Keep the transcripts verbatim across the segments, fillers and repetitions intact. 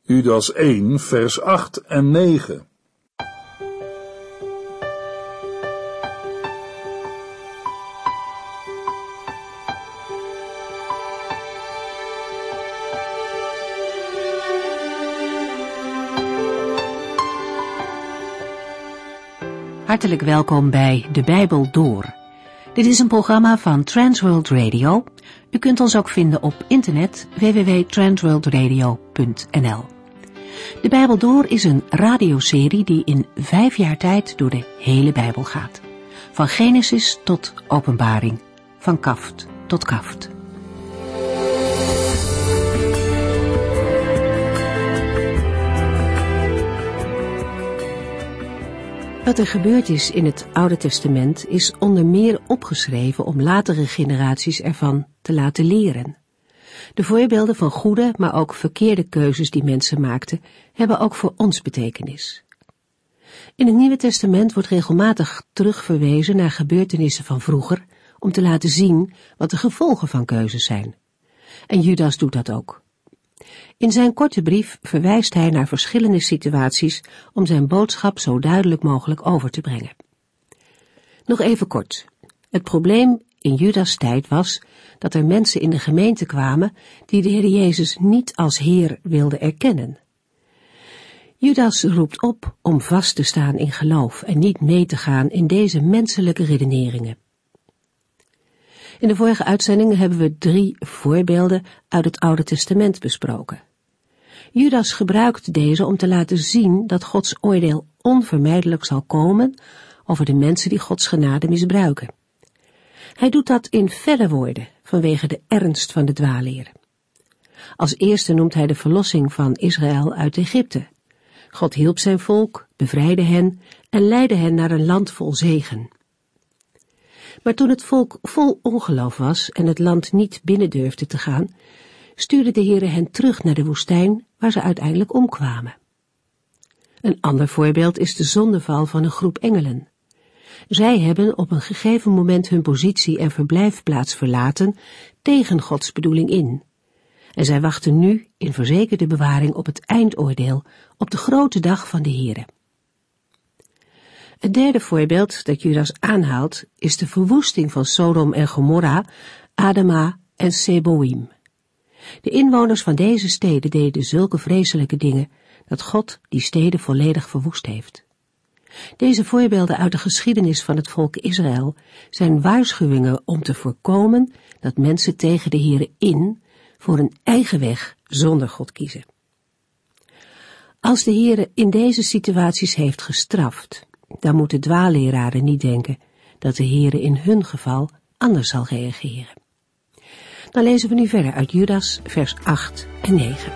Judas één, vers acht en negen. Hartelijk welkom bij De Bijbel Door. Dit is een programma van Transworld Radio. U kunt ons ook vinden op internet w w w punt transworld radio punt n l. De Bijbel Door is een radioserie die in vijf jaar tijd door de hele Bijbel gaat. Van Genesis tot Openbaring, van kaft tot kaft. Wat er gebeurd is in het Oude Testament is onder meer opgeschreven om latere generaties ervan te laten leren. De voorbeelden van goede, maar ook verkeerde keuzes die mensen maakten, hebben ook voor ons betekenis. In het Nieuwe Testament wordt regelmatig terugverwezen naar gebeurtenissen van vroeger, om te laten zien wat de gevolgen van keuzes zijn. En Judas doet dat ook. In zijn korte brief verwijst hij naar verschillende situaties om zijn boodschap zo duidelijk mogelijk over te brengen. Nog even kort. Het probleem in Judas' tijd was dat er mensen in de gemeente kwamen die de Heer Jezus niet als Heer wilden erkennen. Judas roept op om vast te staan in geloof en niet mee te gaan in deze menselijke redeneringen. In de vorige uitzendingen hebben we drie voorbeelden uit het Oude Testament besproken. Judas gebruikt deze om te laten zien dat Gods oordeel onvermijdelijk zal komen over de mensen die Gods genade misbruiken. Hij doet dat in felle woorden vanwege de ernst van de dwaalleer. Als eerste noemt hij de verlossing van Israël uit Egypte. God hielp zijn volk, bevrijdde hen en leidde hen naar een land vol zegen. Maar toen het volk vol ongeloof was en het land niet binnen durfde te gaan, stuurde de Heere hen terug naar de woestijn, waar ze uiteindelijk omkwamen. Een ander voorbeeld is de zondeval van een groep engelen. Zij hebben op een gegeven moment hun positie en verblijfplaats verlaten tegen Gods bedoeling in. En zij wachten nu in verzekerde bewaring op het eindoordeel, op de grote dag van de Heere. Het derde voorbeeld dat Judas aanhaalt is de verwoesting van Sodom en Gomorra, Adama en Seboïm. De inwoners van deze steden deden zulke vreselijke dingen dat God die steden volledig verwoest heeft. Deze voorbeelden uit de geschiedenis van het volk Israël zijn waarschuwingen om te voorkomen dat mensen tegen de Heere in voor een eigen weg zonder God kiezen. Als de Heere in deze situaties heeft gestraft, dan moeten dwaalleraren niet denken dat de Heere in hun geval anders zal reageren. Dan lezen we nu verder uit Judas, vers acht en negen.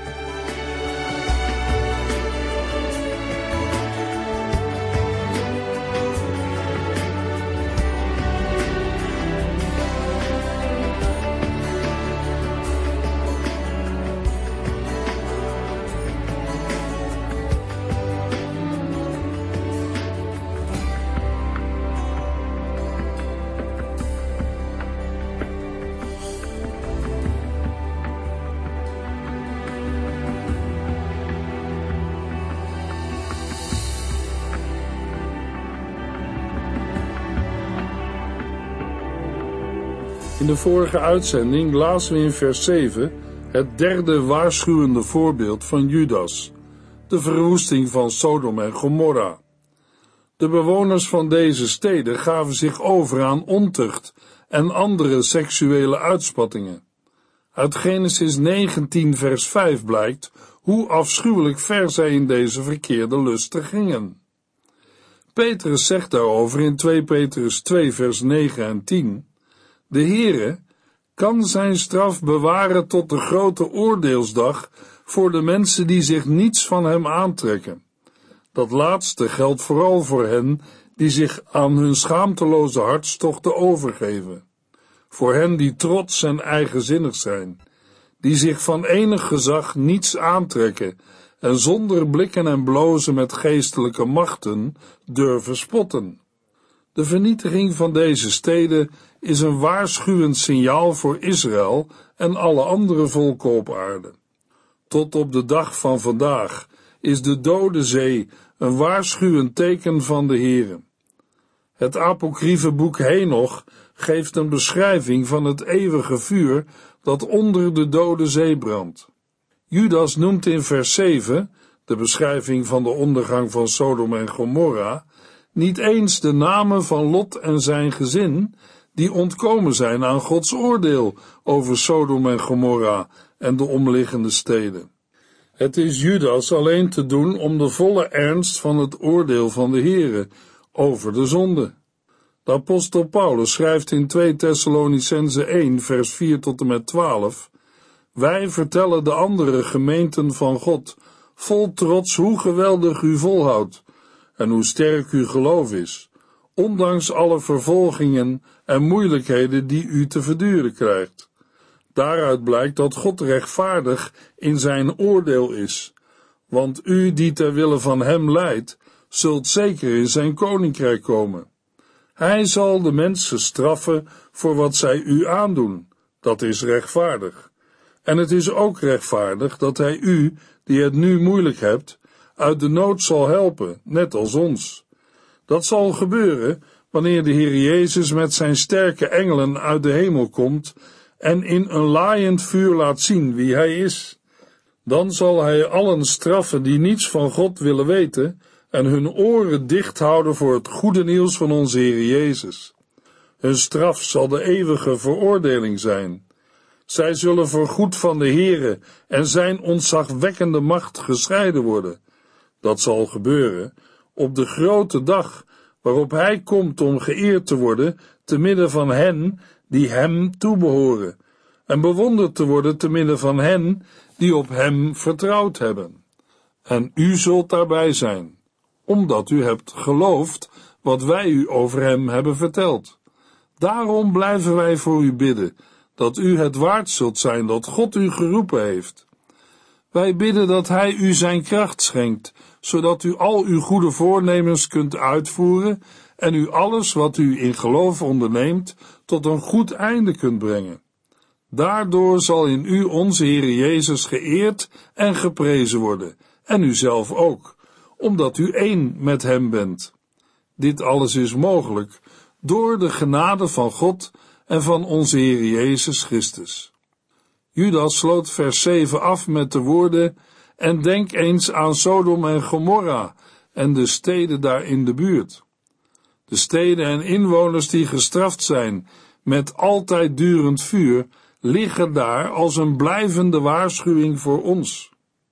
In de vorige uitzending lazen we in vers zeven het derde waarschuwende voorbeeld van Judas, de verwoesting van Sodom en Gomorra. De bewoners van deze steden gaven zich over aan ontucht en andere seksuele uitspattingen. Uit Genesis negentien vers vijf blijkt hoe afschuwelijk ver zij in deze verkeerde lusten gingen. Petrus zegt daarover in twee Petrus twee vers negen en tien... De Heere kan zijn straf bewaren tot de grote oordeelsdag voor de mensen die zich niets van hem aantrekken. Dat laatste geldt vooral voor hen die zich aan hun schaamteloze hartstochten overgeven. Voor hen die trots en eigenzinnig zijn, die zich van enig gezag niets aantrekken en zonder blikken en blozen met geestelijke machten durven spotten. De vernietiging van deze steden is een waarschuwend signaal voor Israël en alle andere volken op aarde. Tot op de dag van vandaag is de Dode Zee een waarschuwend teken van de Heere. Het apocryfe boek Henoch geeft een beschrijving van het eeuwige vuur dat onder de Dode Zee brandt. Judas noemt in vers zeven, de beschrijving van de ondergang van Sodom en Gomorra, niet eens de namen van Lot en zijn gezin, die ontkomen zijn aan Gods oordeel over Sodom en Gomorra en de omliggende steden. Het is Judas alleen te doen om de volle ernst van het oordeel van de Heere over de zonde. De apostel Paulus schrijft in twee Thessalonicenzen één, vers vier tot en met twaalf, wij vertellen de andere gemeenten van God vol trots hoe geweldig u volhoudt en hoe sterk uw geloof is, ondanks alle vervolgingen en moeilijkheden die u te verduren krijgt. Daaruit blijkt dat God rechtvaardig in zijn oordeel is, want u die ter wille van hem lijdt, zult zeker in zijn koninkrijk komen. Hij zal de mensen straffen voor wat zij u aandoen, dat is rechtvaardig. En het is ook rechtvaardig dat hij u, die het nu moeilijk hebt, uit de nood zal helpen, net als ons. Dat zal gebeuren wanneer de Heer Jezus met zijn sterke engelen uit de hemel komt en in een laaiend vuur laat zien wie hij is. Dan zal hij allen straffen die niets van God willen weten en hun oren dicht houden voor het goede nieuws van onze Heer Jezus. Hun straf zal de eeuwige veroordeling zijn. Zij zullen voorgoed van de Heere en zijn ontzagwekkende macht gescheiden worden. Dat zal gebeuren op de grote dag waarop hij komt om geëerd te worden te midden van hen die hem toebehoren en bewonderd te worden te midden van hen die op hem vertrouwd hebben. En u zult daarbij zijn, omdat u hebt geloofd wat wij u over hem hebben verteld. Daarom blijven wij voor u bidden, dat u het waard zult zijn dat God u geroepen heeft. Wij bidden dat hij u zijn kracht schenkt, zodat u al uw goede voornemens kunt uitvoeren en u alles wat u in geloof onderneemt tot een goed einde kunt brengen. Daardoor zal in u onze Heer Jezus geëerd en geprezen worden, en u zelf ook, omdat u één met hem bent. Dit alles is mogelijk door de genade van God en van onze Heer Jezus Christus. Judas sloot vers zeven af met de woorden, en denk eens aan Sodom en Gomorra en de steden daar in de buurt. De steden en inwoners die gestraft zijn met altijd durend vuur, liggen daar als een blijvende waarschuwing voor ons.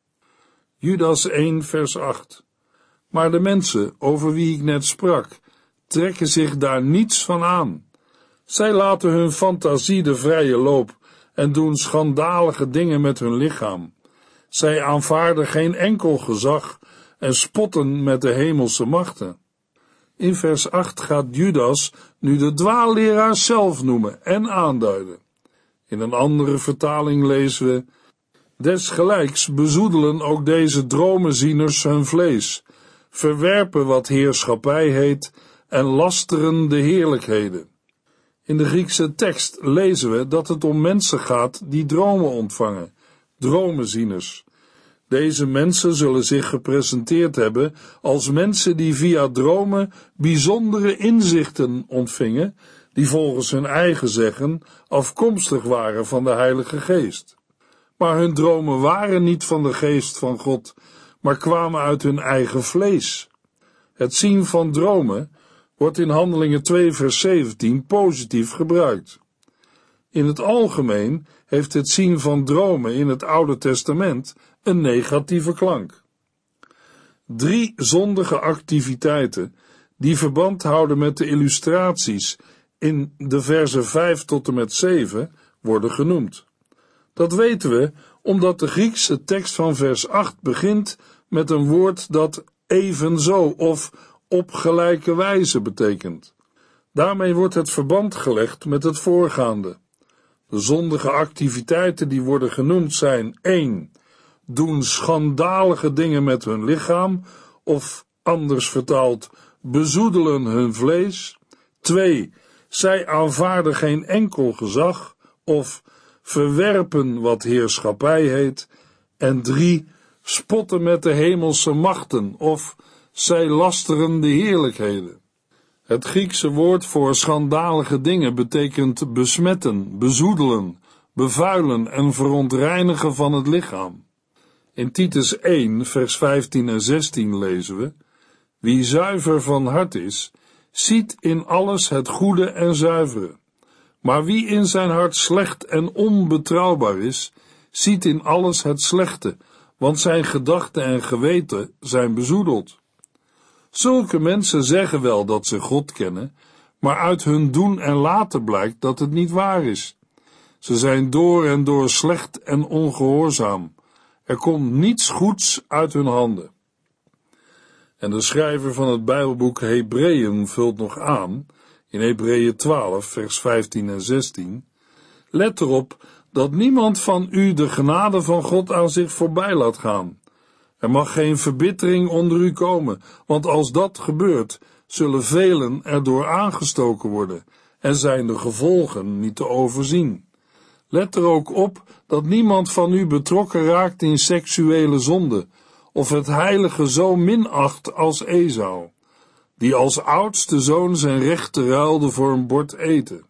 Judas één vers acht. Maar de mensen over wie ik net sprak, trekken zich daar niets van aan. Zij laten hun fantasie de vrije loop en doen schandalige dingen met hun lichaam. Zij aanvaarden geen enkel gezag en spotten met de hemelse machten. In vers acht gaat Judas nu de dwaalleraar zelf noemen en aanduiden. In een andere vertaling lezen we, desgelijks bezoedelen ook deze dromenzieners hun vlees, verwerpen wat heerschappij heet en lasteren de heerlijkheden. In de Griekse tekst lezen we dat het om mensen gaat die dromen ontvangen, dromenzieners. Deze mensen zullen zich gepresenteerd hebben als mensen die via dromen bijzondere inzichten ontvingen, die volgens hun eigen zeggen afkomstig waren van de Heilige Geest. Maar hun dromen waren niet van de Geest van God, maar kwamen uit hun eigen vlees. Het zien van dromen wordt in Handelingen twee vers zeventien positief gebruikt. In het algemeen heeft het zien van dromen in het Oude Testament een negatieve klank. Drie zondige activiteiten die verband houden met de illustraties in de versen vijf tot en met zeven worden genoemd. Dat weten we omdat de Griekse tekst van vers acht begint met een woord dat evenzo of op gelijke wijze betekent. Daarmee wordt het verband gelegd met het voorgaande. De zondige activiteiten die worden genoemd zijn één. Doen schandalige dingen met hun lichaam, of anders vertaald, bezoedelen hun vlees. twee. Zij aanvaarden geen enkel gezag, of verwerpen wat heerschappij heet. En drie, spotten met de hemelse machten, of zij lasteren de heerlijkheden. Het Griekse woord voor schandalige dingen betekent besmetten, bezoedelen, bevuilen en verontreinigen van het lichaam. In Titus één, vers vijftien en zestien lezen we: wie zuiver van hart is, ziet in alles het goede en zuivere. Maar wie in zijn hart slecht en onbetrouwbaar is, ziet in alles het slechte, want zijn gedachten en geweten zijn bezoedeld. Zulke mensen zeggen wel dat ze God kennen, maar uit hun doen en laten blijkt dat het niet waar is. Ze zijn door en door slecht en ongehoorzaam. Er komt niets goeds uit hun handen. En de schrijver van het Bijbelboek Hebreeën vult nog aan, in Hebreeën twaalf, vers vijftien en zestien, let erop dat niemand van u de genade van God aan zich voorbij laat gaan. Er mag geen verbittering onder u komen, want als dat gebeurt, zullen velen erdoor aangestoken worden en zijn de gevolgen niet te overzien. Let er ook op dat niemand van u betrokken raakt in seksuele zonde, of het heilige zo minacht als Esau, die als oudste zoon zijn rechten ruilde voor een bord eten.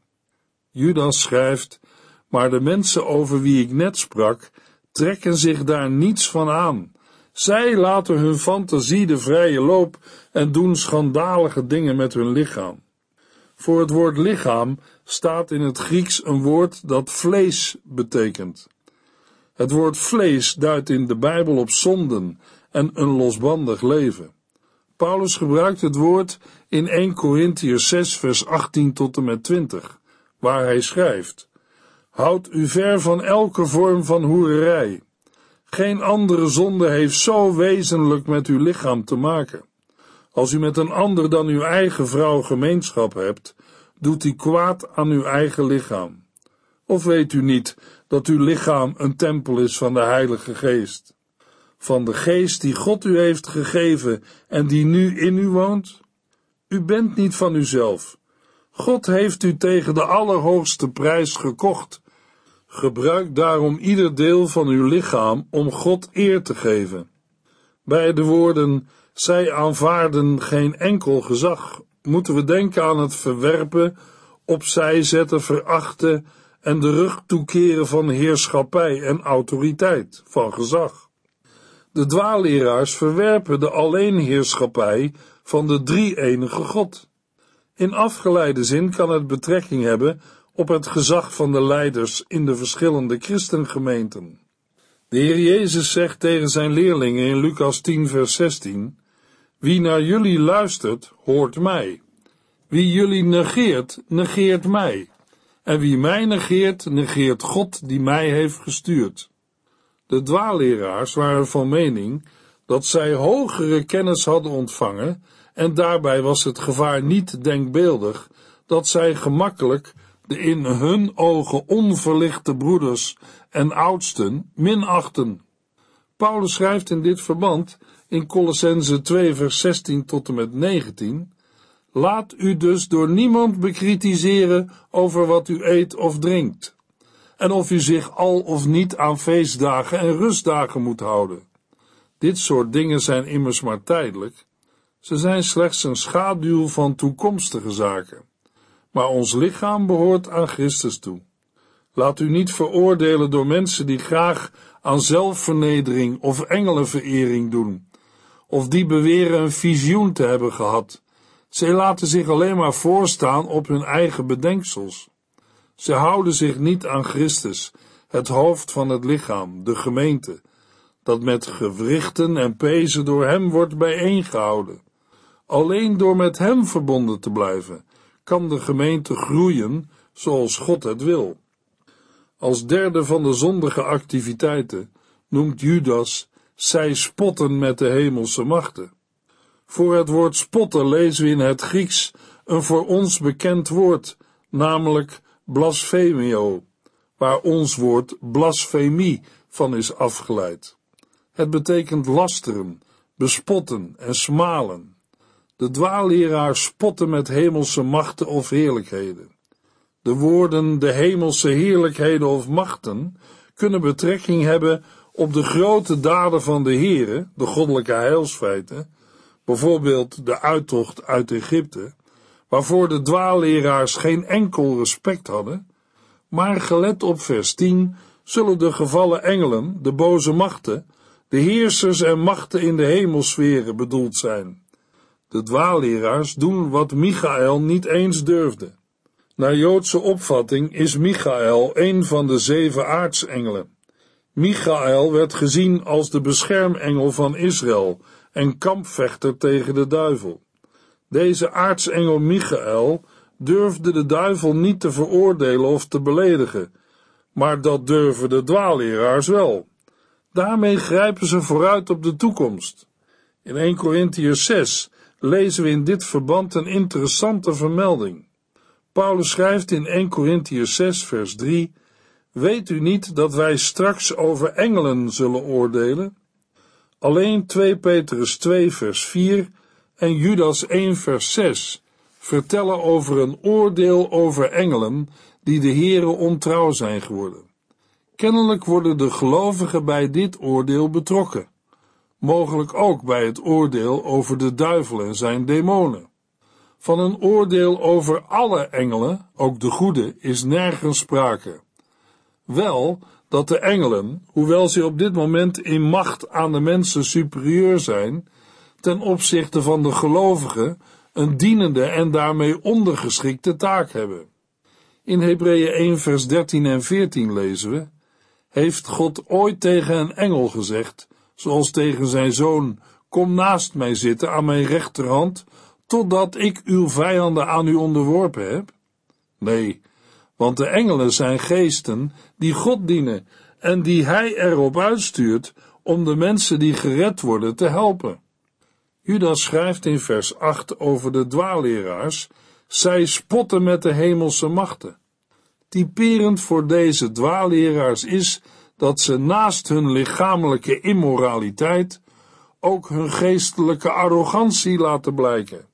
Judas schrijft: maar de mensen over wie ik net sprak, trekken zich daar niets van aan. Zij laten hun fantasie de vrije loop en doen schandalige dingen met hun lichaam. Voor het woord lichaam staat in het Grieks een woord dat vlees betekent. Het woord vlees duidt in de Bijbel op zonden en een losbandig leven. Paulus gebruikt het woord in eerste Korintiërs zes, vers achttien tot en met twintig, waar hij schrijft: houd u ver van elke vorm van hoererij. Geen andere zonde heeft zo wezenlijk met uw lichaam te maken. Als u met een ander dan uw eigen vrouw gemeenschap hebt, doet u kwaad aan uw eigen lichaam. Of weet u niet dat uw lichaam een tempel is van de Heilige Geest? Van de Geest die God u heeft gegeven en die nu in u woont? U bent niet van uzelf. God heeft u tegen de allerhoogste prijs gekocht. Gebruik daarom ieder deel van uw lichaam om God eer te geven. Bij de woorden, zij aanvaarden geen enkel gezag, moeten we denken aan het verwerpen, opzij zetten, verachten en de rug toekeren van heerschappij en autoriteit, van gezag. De dwaalleraars verwerpen de alleenheerschappij van de drie-enige God. In afgeleide zin kan het betrekking hebben op het gezag van de leiders in de verschillende christengemeenten. De Heer Jezus zegt tegen zijn leerlingen in Lucas tien, vers zestien: wie naar jullie luistert, hoort mij. Wie jullie negeert, negeert mij. En wie mij negeert, negeert God die mij heeft gestuurd. De dwaalleraars waren van mening dat zij hogere kennis hadden ontvangen, en daarbij was het gevaar niet denkbeeldig dat zij gemakkelijk de in hun ogen onverlichte broeders en oudsten minachten. Paulus schrijft in dit verband in Kolossenzen twee, vers zestien tot en met negentien: laat u dus door niemand bekritiseren over wat u eet of drinkt, en of u zich al of niet aan feestdagen en rustdagen moet houden. Dit soort dingen zijn immers maar tijdelijk. Ze zijn slechts een schaduw van toekomstige zaken. Maar ons lichaam behoort aan Christus toe. Laat u niet veroordelen door mensen die graag aan zelfvernedering of engelenverering doen, of die beweren een visioen te hebben gehad. Zij laten zich alleen maar voorstaan op hun eigen bedenksels. Ze houden zich niet aan Christus, het hoofd van het lichaam, de gemeente, dat met gewrichten en pezen door hem wordt bijeengehouden. Alleen door met hem verbonden te blijven, kan de gemeente groeien zoals God het wil. Als derde van de zondige activiteiten noemt Judas: zij spotten met de hemelse machten. Voor het woord spotten lezen we in het Grieks een voor ons bekend woord, namelijk blasphemio, waar ons woord blasfemie van is afgeleid. Het betekent lasteren, bespotten en smalen. De dwaalleraars spotten met hemelse machten of heerlijkheden. De woorden de hemelse heerlijkheden of machten kunnen betrekking hebben op de grote daden van de Heere, de goddelijke heilsfeiten, bijvoorbeeld de uittocht uit Egypte, waarvoor de dwaalleraars geen enkel respect hadden, maar gelet op vers tien zullen de gevallen engelen, de boze machten, de heersers en machten in de hemelsferen bedoeld zijn. De dwaalleraars doen wat Michaël niet eens durfde. Naar Joodse opvatting is Michaël een van de zeven aartsengelen. Michaël werd gezien als de beschermengel van Israël en kampvechter tegen de duivel. Deze aartsengel Michaël durfde de duivel niet te veroordelen of te beledigen, maar dat durven de dwaalleraars wel. Daarmee grijpen ze vooruit op de toekomst. In eerste Korintiërs zes lezen we in dit verband een interessante vermelding. Paulus schrijft in eerste Korintiërs zes vers drie: Weet u niet dat wij straks over engelen zullen oordelen? Alleen tweede Petrus twee vers vier en Judas één vers zes vertellen over een oordeel over engelen die de Heere ontrouw zijn geworden. Kennelijk worden de gelovigen bij dit oordeel betrokken, mogelijk ook bij het oordeel over de duivel en zijn demonen. Van een oordeel over alle engelen, ook de goede, is nergens sprake. Wel dat de engelen, hoewel ze op dit moment in macht aan de mensen superieur zijn, ten opzichte van de gelovigen een dienende en daarmee ondergeschikte taak hebben. In Hebreeën één vers dertien en veertien lezen we: Heeft God ooit tegen een engel gezegd, zoals tegen zijn zoon, kom naast mij zitten aan mijn rechterhand, totdat ik uw vijanden aan u onderworpen heb? Nee, want de engelen zijn geesten die God dienen en die hij erop uitstuurt om de mensen die gered worden te helpen. Judas schrijft in vers acht over de dwaalleraars: zij spotten met de hemelse machten. Typerend voor deze dwaalleraars is dat ze naast hun lichamelijke immoraliteit ook hun geestelijke arrogantie laten blijken.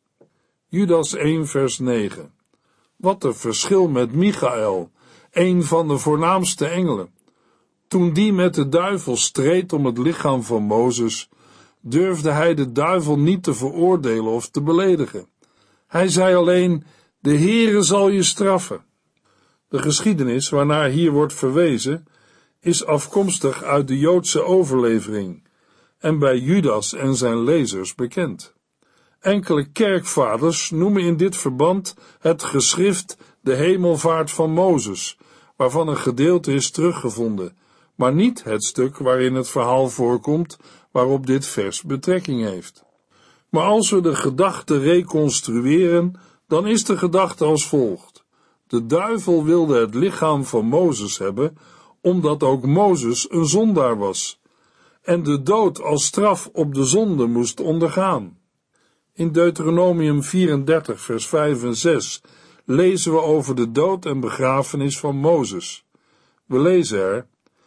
Judas één vers negen. Wat een verschil met Michaël, een van de voornaamste engelen. Toen die met de duivel streed om het lichaam van Mozes, durfde hij de duivel niet te veroordelen of te beledigen. Hij zei alleen: de Heere zal je straffen. De geschiedenis waarnaar hier wordt verwezen is afkomstig uit de Joodse overlevering en bij Judas en zijn lezers bekend. Enkele kerkvaders noemen in dit verband het geschrift de hemelvaart van Mozes, waarvan een gedeelte is teruggevonden, maar niet het stuk waarin het verhaal voorkomt waarop dit vers betrekking heeft. Maar als we de gedachte reconstrueren, dan is de gedachte als volgt: de duivel wilde het lichaam van Mozes hebben, omdat ook Mozes een zondaar was, en de dood als straf op de zonde moest ondergaan. In Deuteronomium vierendertig vers vijf en zes lezen we over de dood en begrafenis van Mozes. We lezen er: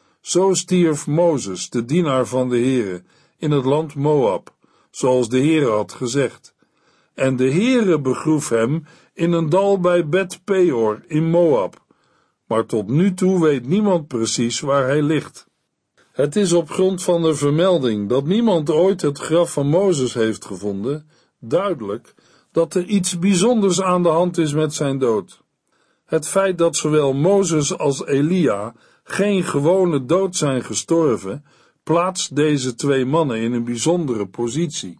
Zo stierf Mozes, de dienaar van de Heere, in het land Moab, zoals de Heere had gezegd. En de Heere begroef hem in een dal bij Bet-peor in Moab. Maar tot nu toe weet niemand precies waar hij ligt. Het is op grond van de vermelding dat niemand ooit het graf van Mozes heeft gevonden, duidelijk dat er iets bijzonders aan de hand is met zijn dood. Het feit dat zowel Mozes als Elia geen gewone dood zijn gestorven, plaatst deze twee mannen in een bijzondere positie.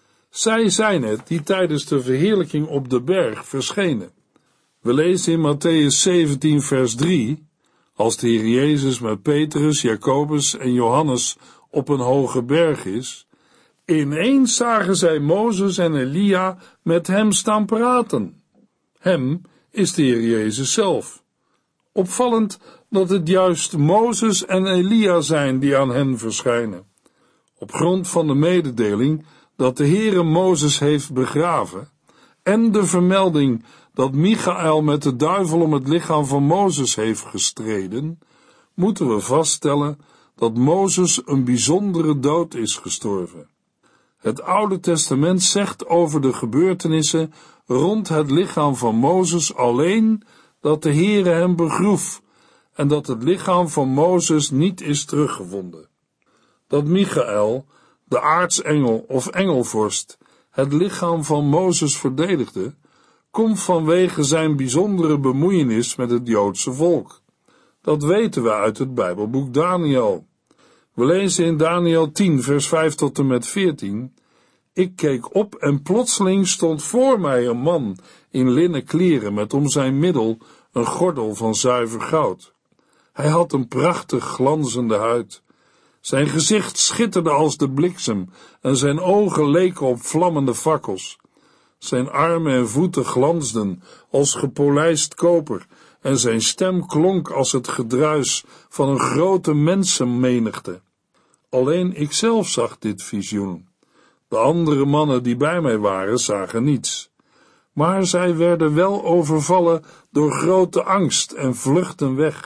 Zij zijn het die tijdens de verheerlijking op de berg verschenen. We lezen in Mattheüs zeventien vers drie, als de Heer Jezus met Petrus, Jacobus en Johannes op een hoge berg is, ineens zagen zij Mozes en Elia met hem staan praten. Hem is de Heer Jezus zelf. Opvallend dat het juist Mozes en Elia zijn die aan hen verschijnen. Op grond van de mededeling dat de Heere Mozes heeft begraven en de vermelding dat Michaël met de duivel om het lichaam van Mozes heeft gestreden, moeten we vaststellen dat Mozes een bijzondere dood is gestorven. Het Oude Testament zegt over de gebeurtenissen rond het lichaam van Mozes alleen dat de Heere hem begroef en dat het lichaam van Mozes niet is teruggevonden. Dat Michaël, de aartsengel of engelvorst, het lichaam van Mozes verdedigde, komt vanwege zijn bijzondere bemoeienis met het Joodse volk. Dat weten we uit het Bijbelboek Daniël. We lezen in Daniël tien, vers vijf tot en met veertien. Ik keek op en plotseling stond voor mij een man in linnen kleren met om zijn middel een gordel van zuiver goud. Hij had een prachtig glanzende huid. Zijn gezicht schitterde als de bliksem en zijn ogen leken op vlammende fakkels. Zijn armen en voeten glansden als gepolijst koper en zijn stem klonk als het gedruis van een grote mensenmenigte. Alleen ikzelf zag dit visioen. De andere mannen die bij mij waren zagen niets. Maar zij werden wel overvallen door grote angst en vluchtten weg.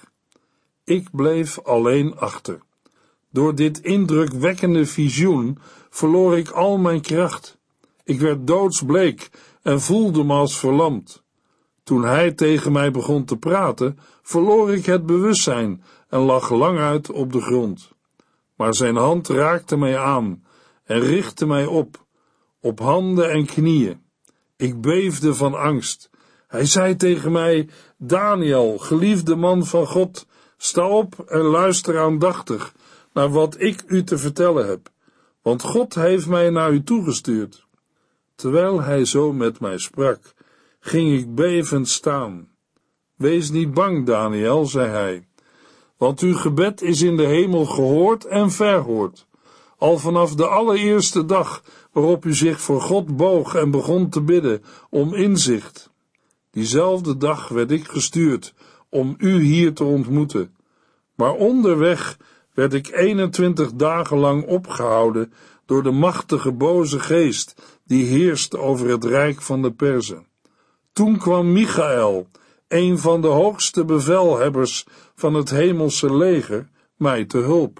Ik bleef alleen achter. Door dit indrukwekkende visioen verloor ik al mijn kracht. Ik werd doodsbleek en voelde me als verlamd. Toen hij tegen mij begon te praten, verloor ik het bewustzijn en lag lang uit op de grond. Maar zijn hand raakte mij aan en richtte mij op, op handen en knieën. Ik beefde van angst. Hij zei tegen mij: Daniël, geliefde man van God, sta op en luister aandachtig naar wat ik u te vertellen heb, want God heeft mij naar u toegestuurd. Terwijl hij zo met mij sprak, ging ik bevend staan. Wees niet bang, Daniël, zei hij, want uw gebed is in de hemel gehoord en verhoord, al vanaf de allereerste dag waarop u zich voor God boog en begon te bidden om inzicht. Diezelfde dag werd ik gestuurd om u hier te ontmoeten, maar onderweg werd ik eenentwintig dagen lang opgehouden door de machtige boze geest die heerst over het rijk van de Perzen. Toen kwam Michaël, een van de hoogste bevelhebbers van het hemelse leger, mij te hulp.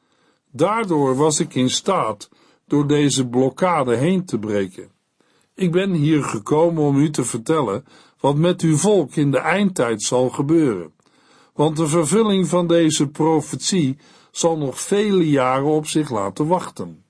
Daardoor was ik in staat door deze blokkade heen te breken. Ik ben hier gekomen om u te vertellen wat met uw volk in de eindtijd zal gebeuren, want de vervulling van deze profetie zal nog vele jaren op zich laten wachten.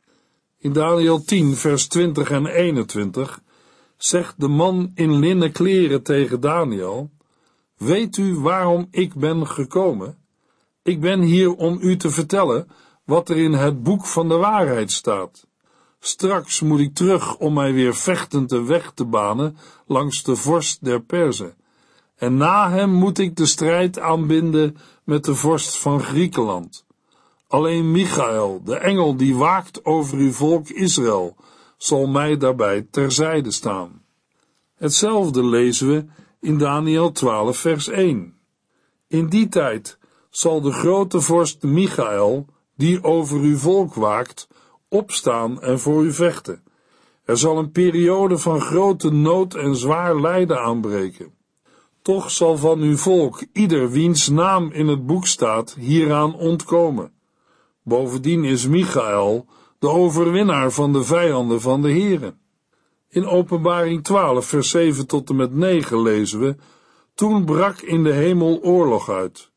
In Daniël tien, vers twintig en eenentwintig zegt de man in linnen kleren tegen Daniël: Weet u waarom ik ben gekomen? Ik ben hier om u te vertellen wat er in het boek van de waarheid staat. Straks moet ik terug om mij weer vechtend de weg te banen langs de vorst der Perzen. En na hem moet ik de strijd aanbinden met de vorst van Griekenland. Alleen Michaël, de engel die waakt over uw volk Israël, zal mij daarbij terzijde staan. Hetzelfde lezen we in Daniël twaalf, vers één. In die tijd zal de grote vorst Michaël, die over uw volk waakt, opstaan en voor u vechten. Er zal een periode van grote nood en zwaar lijden aanbreken. Toch zal van uw volk ieder wiens naam in het boek staat hieraan ontkomen. Bovendien is Michaël de overwinnaar van de vijanden van de Here. In Openbaring twaalf, vers zeven tot en met negen lezen we: Toen brak in de hemel oorlog uit.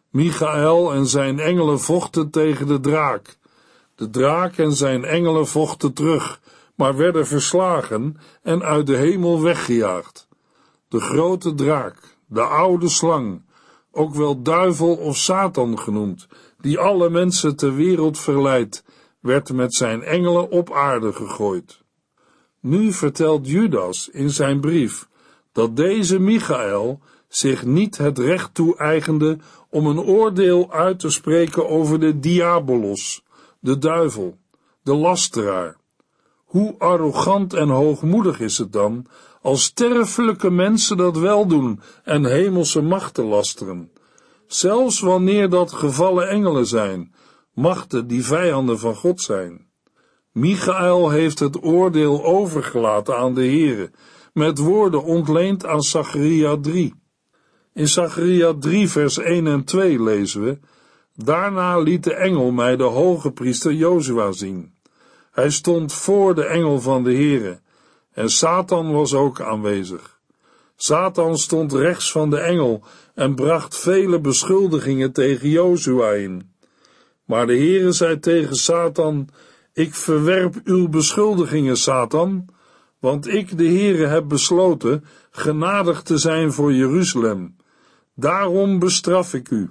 Michaël en zijn engelen vochten tegen de draak. De draak en zijn engelen vochten terug, maar werden verslagen en uit de hemel weggejaagd. De grote draak, de oude slang, ook wel duivel of Satan genoemd, die alle mensen ter wereld verleidt, werd met zijn engelen op aarde gegooid. Nu vertelt Judas in zijn brief dat deze Michaël zich niet het recht toe-eigende om een oordeel uit te spreken over de diabolos, de duivel, de lasteraar. Hoe arrogant en hoogmoedig is het dan als sterfelijke mensen dat wel doen en hemelse machten lasteren, zelfs wanneer dat gevallen engelen zijn, machten die vijanden van God zijn. Michaël heeft het oordeel overgelaten aan de Here, met woorden ontleend aan Zacharia drie. In Zacharia drie, vers één en twee lezen we: Daarna liet de engel mij de hoge priester Jozua zien. Hij stond voor de engel van de Here, en Satan was ook aanwezig. Satan stond rechts van de engel en bracht vele beschuldigingen tegen Jozua in. Maar de Heere zei tegen Satan: ik verwerp uw beschuldigingen, Satan, want ik, de Heere, heb besloten genadig te zijn voor Jeruzalem. Daarom bestraf ik u.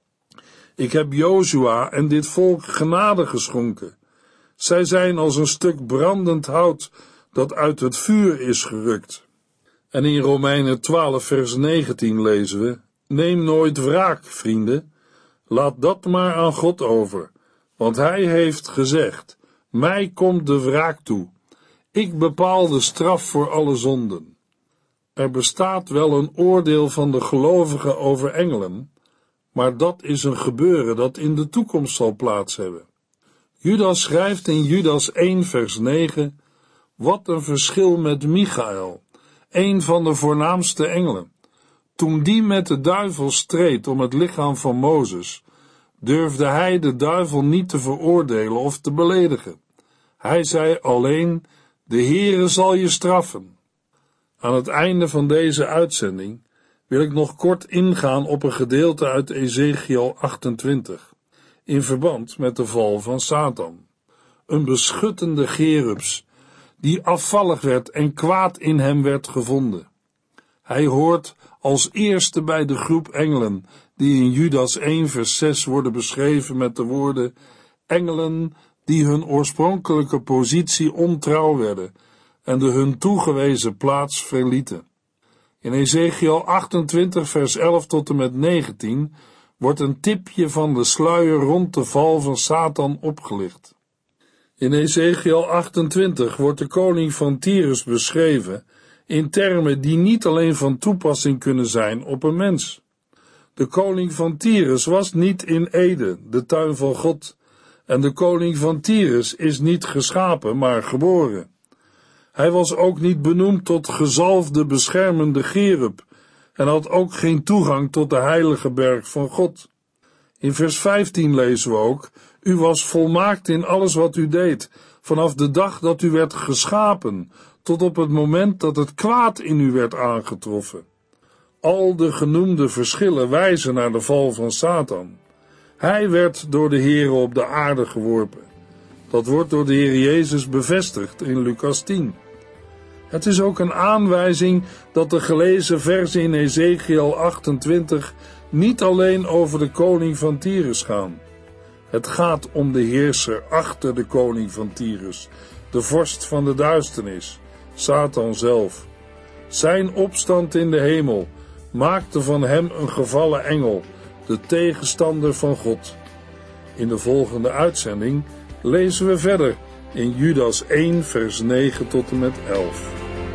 Ik heb Jozua en dit volk genade geschonken. Zij zijn als een stuk brandend hout dat uit het vuur is gerukt. En in Romeinen twaalf vers negentien lezen we: neem nooit wraak, vrienden. Laat dat maar aan God over, want hij heeft gezegd: mij komt de wraak toe. Ik bepaal de straf voor alle zonden. Er bestaat wel een oordeel van de gelovigen over engelen, maar dat is een gebeuren dat in de toekomst zal plaats hebben. Judas schrijft in Judas één vers negen: wat een verschil met Michael, een van de voornaamste engelen. Toen die met de duivel streed om het lichaam van Mozes, durfde hij de duivel niet te veroordelen of te beledigen. Hij zei alleen: de Heere zal je straffen. Aan het einde van deze uitzending wil ik nog kort ingaan op een gedeelte uit Ezechiel achtentwintig, in verband met de val van Satan. Een beschuttende cherubs, die afvallig werd en kwaad in hem werd gevonden. Hij hoort als eerste bij de groep engelen, die in Judas één vers zes worden beschreven met de woorden: engelen die hun oorspronkelijke positie ontrouw werden en de hun toegewezen plaats verlieten. In Ezechiel achtentwintig vers elf tot en met negentien wordt een tipje van de sluier rond de val van Satan opgelicht. In Ezechiel achtentwintig wordt de koning van Tyrus beschreven in termen die niet alleen van toepassing kunnen zijn op een mens. De koning van Tyrus was niet in Eden, de tuin van God, en de koning van Tyrus is niet geschapen, maar geboren. Hij was ook niet benoemd tot gezalfde beschermende cherub en had ook geen toegang tot de heilige berg van God. In vers vijftien lezen we ook: u was volmaakt in alles wat u deed, vanaf de dag dat u werd geschapen, tot op het moment dat het kwaad in u werd aangetroffen. Al de genoemde verschillen wijzen naar de val van Satan. Hij werd door de Heere op de aarde geworpen. Dat wordt door de Heer Jezus bevestigd in Lucas tien. Het is ook een aanwijzing dat de gelezen versen in Ezechiel achtentwintig niet alleen over de koning van Tyrus gaan. Het gaat om de heerser achter de koning van Tyrus, de vorst van de duisternis, Satan zelf. Zijn opstand in de hemel maakte van hem een gevallen engel, de tegenstander van God. In de volgende uitzending lezen we verder in Judas één vers negen tot en met elf.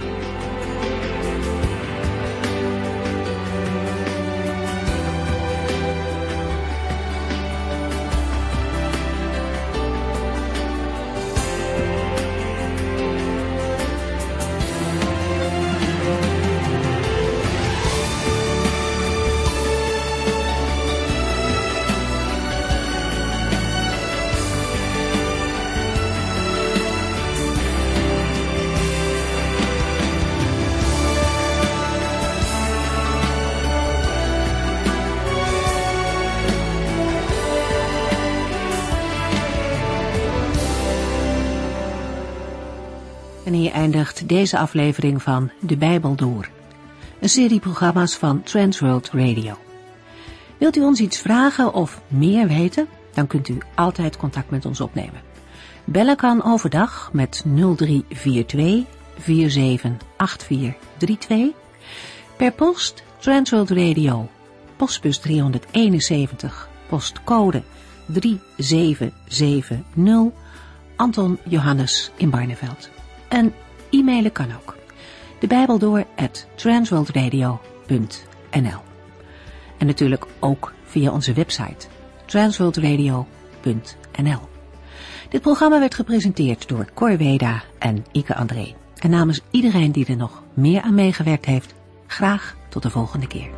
En hier eindigt deze aflevering van De Bijbel Door, een serie programma's van Transworld Radio. Wilt u ons iets vragen of meer weten? Dan kunt u altijd contact met ons opnemen. Bellen kan overdag met nul drie vier twee vier zeven acht vier drie twee. Per post Transworld Radio, postbus driehonderdeenenzeventig, postcode drie zeven zeven nul, Anton Johannes in Barneveld. En e-mailen kan ook. De Bijbel door at transworldradio punt n l. En natuurlijk ook via onze website transworldradio punt n l. Dit programma werd gepresenteerd door Cor Weda en Ike André. En namens iedereen die er nog meer aan meegewerkt heeft, graag tot de volgende keer.